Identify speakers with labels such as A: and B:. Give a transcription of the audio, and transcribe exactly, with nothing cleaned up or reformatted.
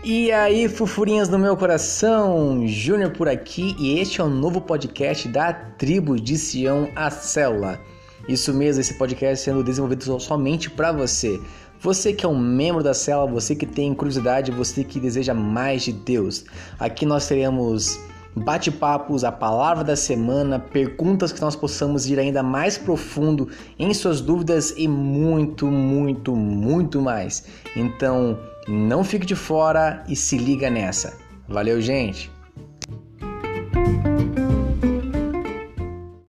A: E aí, fofurinhas no meu coração, Júnior por aqui e este é um novo podcast da Tribo de Sião, a Célula. Isso mesmo, esse podcast sendo desenvolvido somente para você. Você que é um membro da Célula, você que tem curiosidade, você que deseja mais de Deus. Aqui nós teremos bate-papos, a palavra da semana, perguntas que nós possamos ir ainda mais profundo em suas dúvidas e muito, muito, muito mais. Então, não fique de fora e se liga nessa. Valeu, gente!